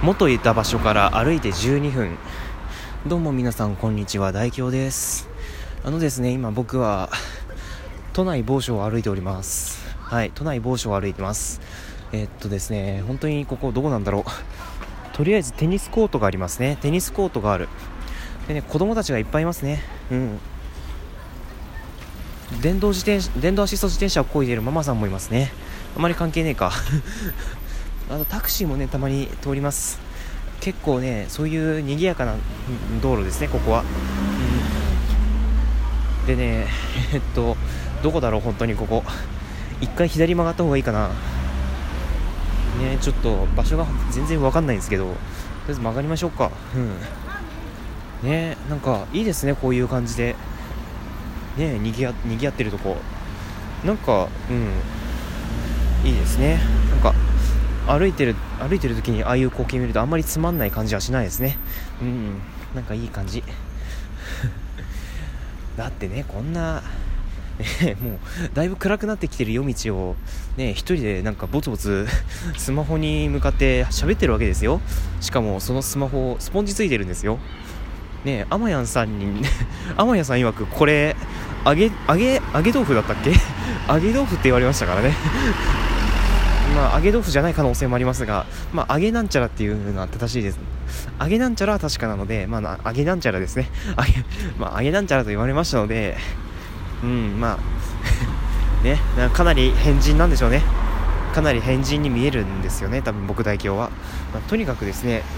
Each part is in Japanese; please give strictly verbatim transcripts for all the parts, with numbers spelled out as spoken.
元いた場所から歩いてじゅうにふん。どうも皆さんこんにちは、大京です。あのですね今僕は都内某所を歩いております。はい都内某所を歩いてます。えー、っとですね本当にここどこなんだろう。とりあえずテニスコートがありますね。テニスコートがある。でね子供たちがいっぱいいますね。うん電動自転車電動アシスト自転車を漕いでいるママさんもいますね。あまり関係ねえかあとタクシーもねたまに通ります。結構ねそういう賑やかな道路ですねここは、うん、でねえっとどこだろう本当にここ一回左曲がった方がいいかなね。ちょっと場所が全然わかんないんですけど、とりあえず曲がりましょうか。うんねなんかいいですねこういう感じでねにぎやにぎやってるとこなんかうんいいですね。なんか歩いてる歩いてる時にああいう光景見るとあんまりつまんない感じはしないですね。うんなんかいい感じだってねこんなねもうだいぶ暗くなってきてる夜道をね一人でなんかボツボツスマホに向かって喋ってるわけですよ。しかもそのスマホスポンジついてるんですよね。あまやんさんにあまやさん曰くこれ揚げ揚げ揚げ豆腐だったっけ揚げ豆腐って言われましたからねまあ揚げ豆腐じゃない可能性もありますが、まあ揚げなんちゃらっていうのは正しいです。揚げなんちゃらは確かなので、まあ揚げなんちゃらですね。揚げまあ揚げなんちゃらと言われましたので、うんまあねかなり変人なんでしょうね。かなり変人に見えるんですよね多分僕大京は。まあ、とにかくですね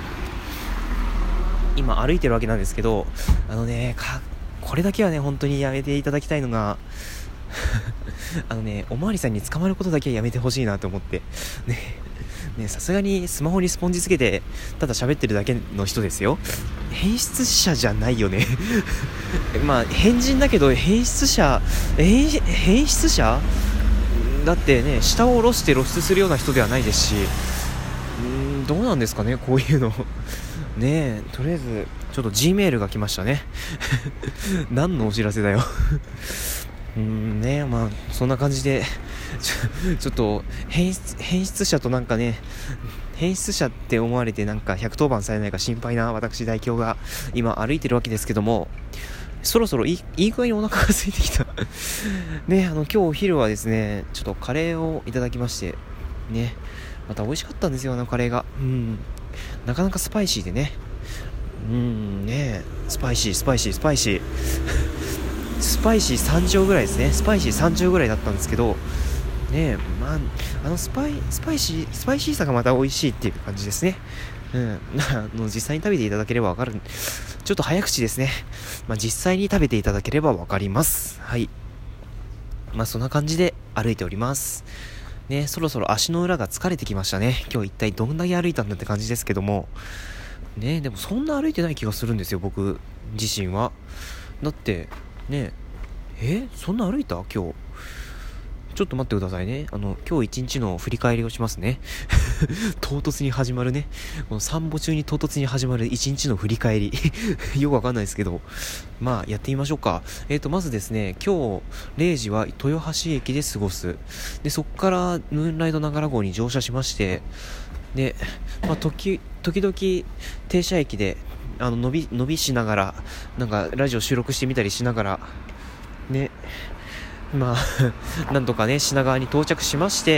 今歩いてるわけなんですけど、あのねかこれだけはね本当にやめていただきたいのがあのねおまわりさんに捕まることだけはやめてほしいなと思ってねねさすがにスマホにスポンジつけてただ喋ってるだけの人ですよ。変質者じゃないよねまあ変人だけど変質者変変質者だってね下を下ろして露出するような人ではないですし、うーんどうなんですかねこういうのねえとりあえずちょっと G メールが来ましたね何のお知らせだようーんねまあそんな感じでちょ、ちょっと変質、変質者となんかね変質者って思われてなんかひゃくとおばんされないか心配な私大京が今歩いてるわけですけども、そろそろいい、いい具合にお腹が空いてきたねあの今日お昼はですねちょっとカレーをいただきましてねまた美味しかったんですよあのカレーが。うんなかなかスパイシーでねうんねスパイシースパイシースパイシースパイシーさん乗ぐらいですね。スパイシーさん乗ぐらいだったんですけどねまああのスパイスパイシースパイシーさがまた美味しいっていう感じですね。うんあの実際に食べていただければわかる。ちょっと早口ですね。まあ実際に食べていただければわかります。はいまあそんな感じで歩いておりますね。そろそろ足の裏が疲れてきましたね。今日一体どんだけ歩いたんだって感じですけどもね。でもそんな歩いてない気がするんですよ僕自身は。だってねえそんな歩いた今日。ちょっと待ってくださいね。あの今日一日の振り返りをしますね唐突に始まるねこの散歩中に唐突に始まる一日の振り返りよくわかんないですけどまあやってみましょうか。えーとまずですね今日れいじは豊橋駅で過ごす。でそこからムーンライト長良号に乗車しまして、で、まあ、時時々停車駅であの伸び伸びしながらなんかラジオ収録してみたりしながらねまあなんとかね品川に到着しまして、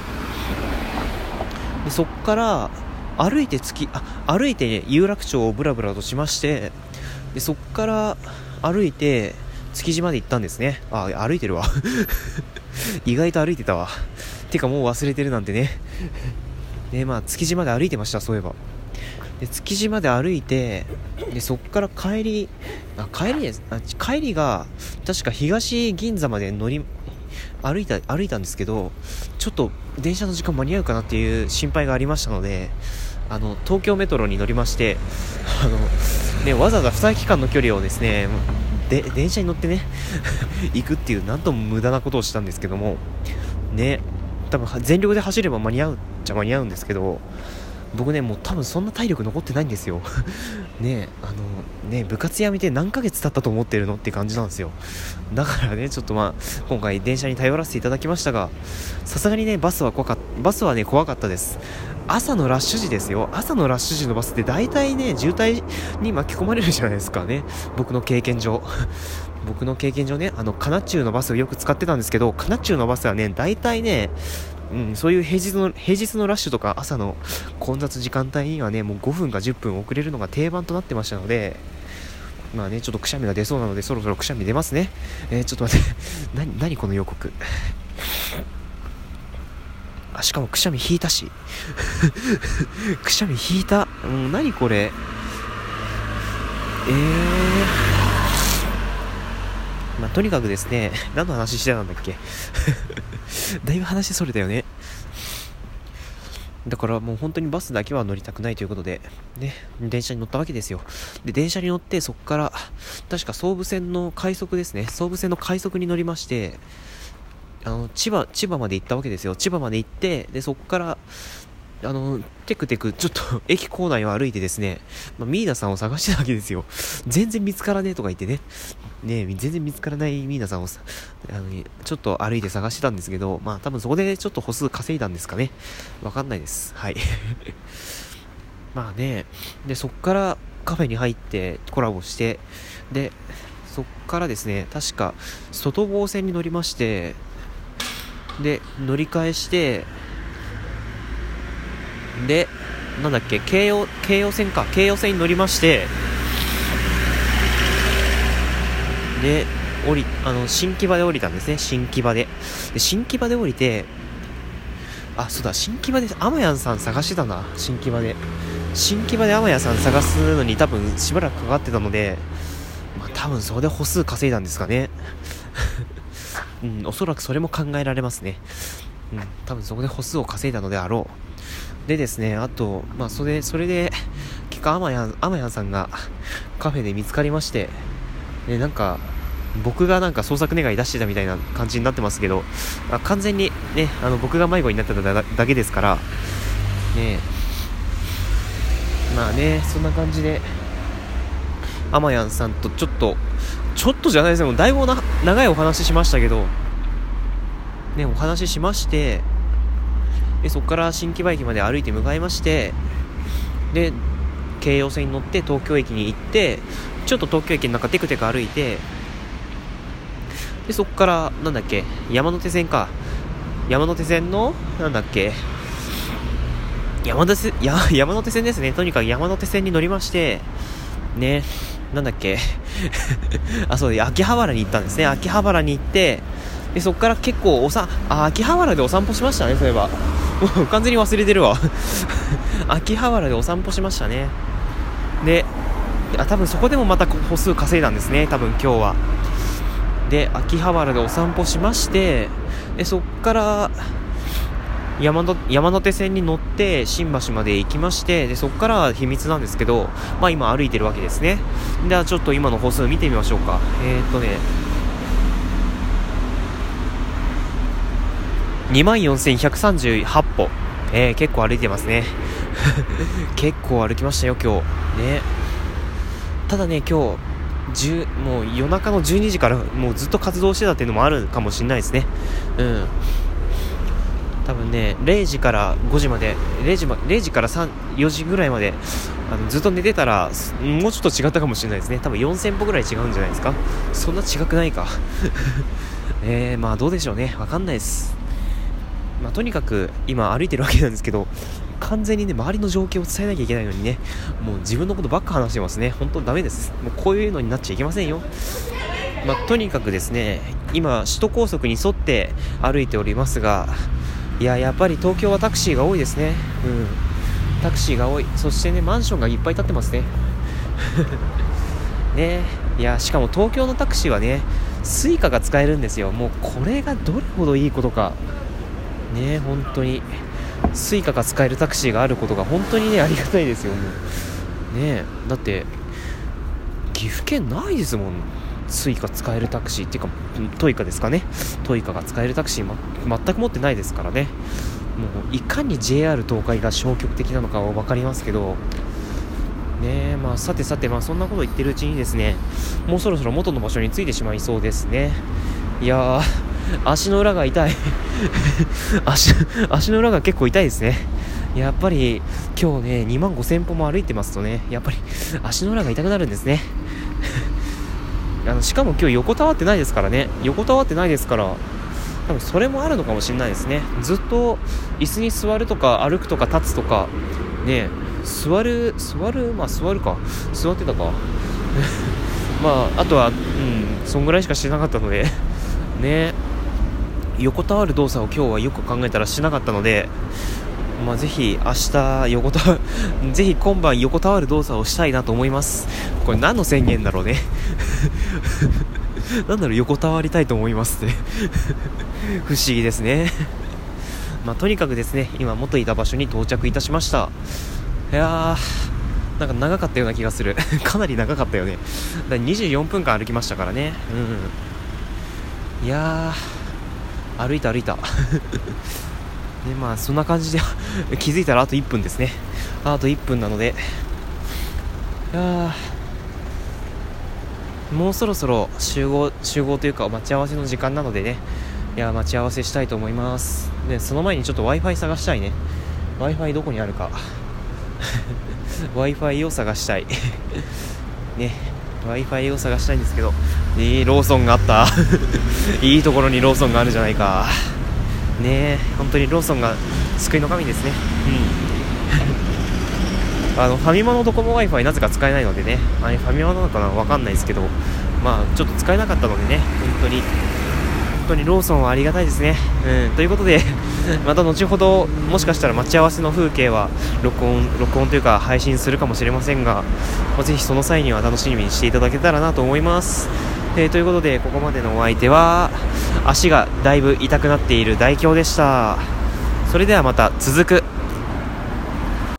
でそっから歩いて月あ歩いて、ね、有楽町をブラブラとしまして、でそっから歩いて築地まで行ったんですね。あ歩いてるわ意外と歩いてたわ。てかもう忘れてるなんてねでまあ築地まで歩いてましたそういえば。で築地まで歩いて、でそっから帰りあ帰りですあ帰りが確か東銀座まで乗り歩いた歩いたんですけど、ちょっと電車の時間間に合うかなっていう心配がありましたので、あの東京メトロに乗りまして、あのねわざわざに駅間の距離をですねで電車に乗ってね行くっていうなんとも無駄なことをしたんですけどもね、多分全力で走れば間に合うっちゃ間に合うんですけど、 僕ねもう多分そんな体力残ってないんですよね。あのね部活やめて何ヶ月経ったと思ってるのって感じなんですよ。だからねちょっとまあ今回電車に頼らせていただきましたが、さすがにねバスは怖かったバスはね怖かったです。朝のラッシュ時ですよ。朝のラッシュ時のバスって大体ね渋滞に巻き込まれるじゃないですかね、僕の経験上僕の経験上ね、あのカナチューのバスをよく使ってたんですけど、カナチューのバスはね大体ね、うん、そういう平日の平日のラッシュとか朝の混雑時間帯にはねもうごふんかじゅっぷん遅れるのが定番となってましたので、まあねちょっとくしゃみが出そうなのでそろそろくしゃみ出ますね。えー、ちょっと待って何何この予告あ、しかもくしゃみ引いたしくしゃみ引いた、うん、何これえーまあ、とにかくですね、何の話してたんだっけだいぶ話それたよね。だからもう本当にバスだけは乗りたくないということで、ね、電車に乗ったわけですよ。で、電車に乗ってそこから、確か総武線の快速ですね、総武線の快速に乗りまして、あの、千葉、千葉まで行ったわけですよ。千葉まで行って、で、そこから、あのテクテクちょっと駅構内を歩いてですね、まあ、ミーナさんを探してたわけですよ。全然見つからねえとか言ってねね全然見つからないミーナさんをさあのちょっと歩いて探してたんですけど、まあ多分そこでちょっと歩数稼いだんですかね、わかんないです。はいまあね、でそっからカフェに入ってコラボして、でそっからですね確か外房線に乗りまして、で乗り換えしてで、なんだっけ、京葉、京葉線か、京葉線に乗りまして、で、降り、あの、新木場で降りたんですね、新木場で。で、新木場で降りて、あ、そうだ、新木場で、アマヤンさん探してたな、新木場で。新木場でアマヤンさん探すのに多分しばらくかかってたので、まあ多分それで歩数稼いだんですかね。うん、おそらくそれも考えられますね。うん、多分そこで歩数を稼いだのであろう。でですね、あと、まあ、それ、それで、結果、アマヤン、アマヤンさんがカフェで見つかりまして、で、なんか、僕がなんか捜索願い出してたみたいな感じになってますけど、あ完全にね、あの、僕が迷子になってた だ, だけですから、ね、まあね、そんな感じで、アマヤンさんとちょっと、ちょっとじゃないですよ、だいぶな長いお話しましたけど、ね、お話ししまして、でそこから新木場駅まで歩いて向かいまして、で京葉線に乗って東京駅に行って、ちょっと東京駅の中テクテク歩いて、でそこからなんだっけ、山手線か、山手線のなんだっけ山手線や山手線ですね。とにかく山手線に乗りましてね、なんだっけあ、そうで秋葉原に行ったんですね。秋葉原に行って、でそこから結構おさあ秋葉原でお散歩しましたね。そういえばもう完全に忘れてるわ秋葉原でお散歩しましたね。であ多分そこでもまた歩数稼いだんですね、多分今日は。で秋葉原でお散歩しまして、でそこから山の山手線に乗って新橋まで行きまして、でそこから秘密なんですけど、まあ今歩いてるわけですね。ではちょっと今の歩数見てみましょうか。えーっとねにまんよんせんひゃくさんじゅうはち歩、えー、結構歩いてますね結構歩きましたよ今日ね。ただね今日もう夜中のじゅうにじからもうずっと活動してたっていうのもあるかもしれないですね。うん多分ねれいじからごじまで 0, 時まれいじからさん、よじぐらいまであのずっと寝てたらもうちょっと違ったかもしれないですね。多分よんせん歩ぐらい違うんじゃないですか。そんな違くないかえーまあどうでしょうね、わかんないです。まあ、とにかく今歩いてるわけなんですけど、完全にね周りの状況を伝えなきゃいけないのにね、もう自分のことばっか話してますね。本当ダメです。もうこういうのになっちゃいけませんよ。まあ、とにかくですね今首都高速に沿って歩いておりますが、いややっぱり東京はタクシーが多いですね。うんタクシーが多い。そしてねマンションがいっぱい建ってますねねいやしかも東京のタクシーはねスイカが使えるんですよ。もうこれがどれほどいいことかね、本当にスイカが使えるタクシーがあることが本当にねありがたいですよ。もうねだって岐阜県ないですもん、スイカ使えるタクシーっていうかトイカですかね、トイカが使えるタクシー、ま、全く持ってないですからね。 ういかに ジェイアール 東海が消極的なのかは分かりますけどね。まあさてさて、まあそんなこと言ってるうちにですね、もうそろそろ元の場所に着いてしまいそうですね。いやー、足の裏が痛い足, 足の裏が結構痛いですね。やっぱり今日ねにまんごせん歩も歩いてますとね、やっぱり足の裏が痛くなるんですねあのしかも今日横たわってないですからね。横たわってないですから多分それもあるのかもしれないですね。ずっと椅子に座るとか歩くとか立つとかね、座る座るまあ座るか座ってたかまああとはうんそんぐらいしかしてなかったのでね、横たわる動作を今日はよく考えたらしなかったので、まあぜひ明日横たわぜひ今晩横たわる動作をしたいなと思います。これ何の宣言だろうねなんだろう、横たわりたいと思いますって不思議ですねまあとにかくですね、今元いた場所に到着いたしました。いやー、なんか長かったような気がするかなり長かったよね。だにじゅうよんぷんかん歩きましたからね。うん、いやー歩いた歩いたでまあそんな感じで気づいたらあといっぷんですね。あといっぷんなので、いやもうそろそろ集合集合というか待ち合わせの時間なのでね、いや待ち合わせしたいと思います。でその前にちょっと Wi-Fi 探したいね。 Wi-Fi どこにあるかWi-Fi を探したいね、Wi-Fi を探したいんですけど、いいローソンがあったいいところにローソンがあるじゃないかね。え本当にローソンが救いの神ですね。うんあのファミマのドコモ Wi-Fi なぜか使えないのでね、あれファミマなのかなわかんないですけど、まあちょっと使えなかったのでね、本当に本当にローソンはありがたいですね。うんということでまた後ほどもしかしたら待ち合わせの風景は録音録音というか配信するかもしれませんが、まあ、ぜひその際には楽しみにしていただけたらなと思います。えー、ということでここまでのお相手は足がだいぶ痛くなっている大京でした。それではまた続く。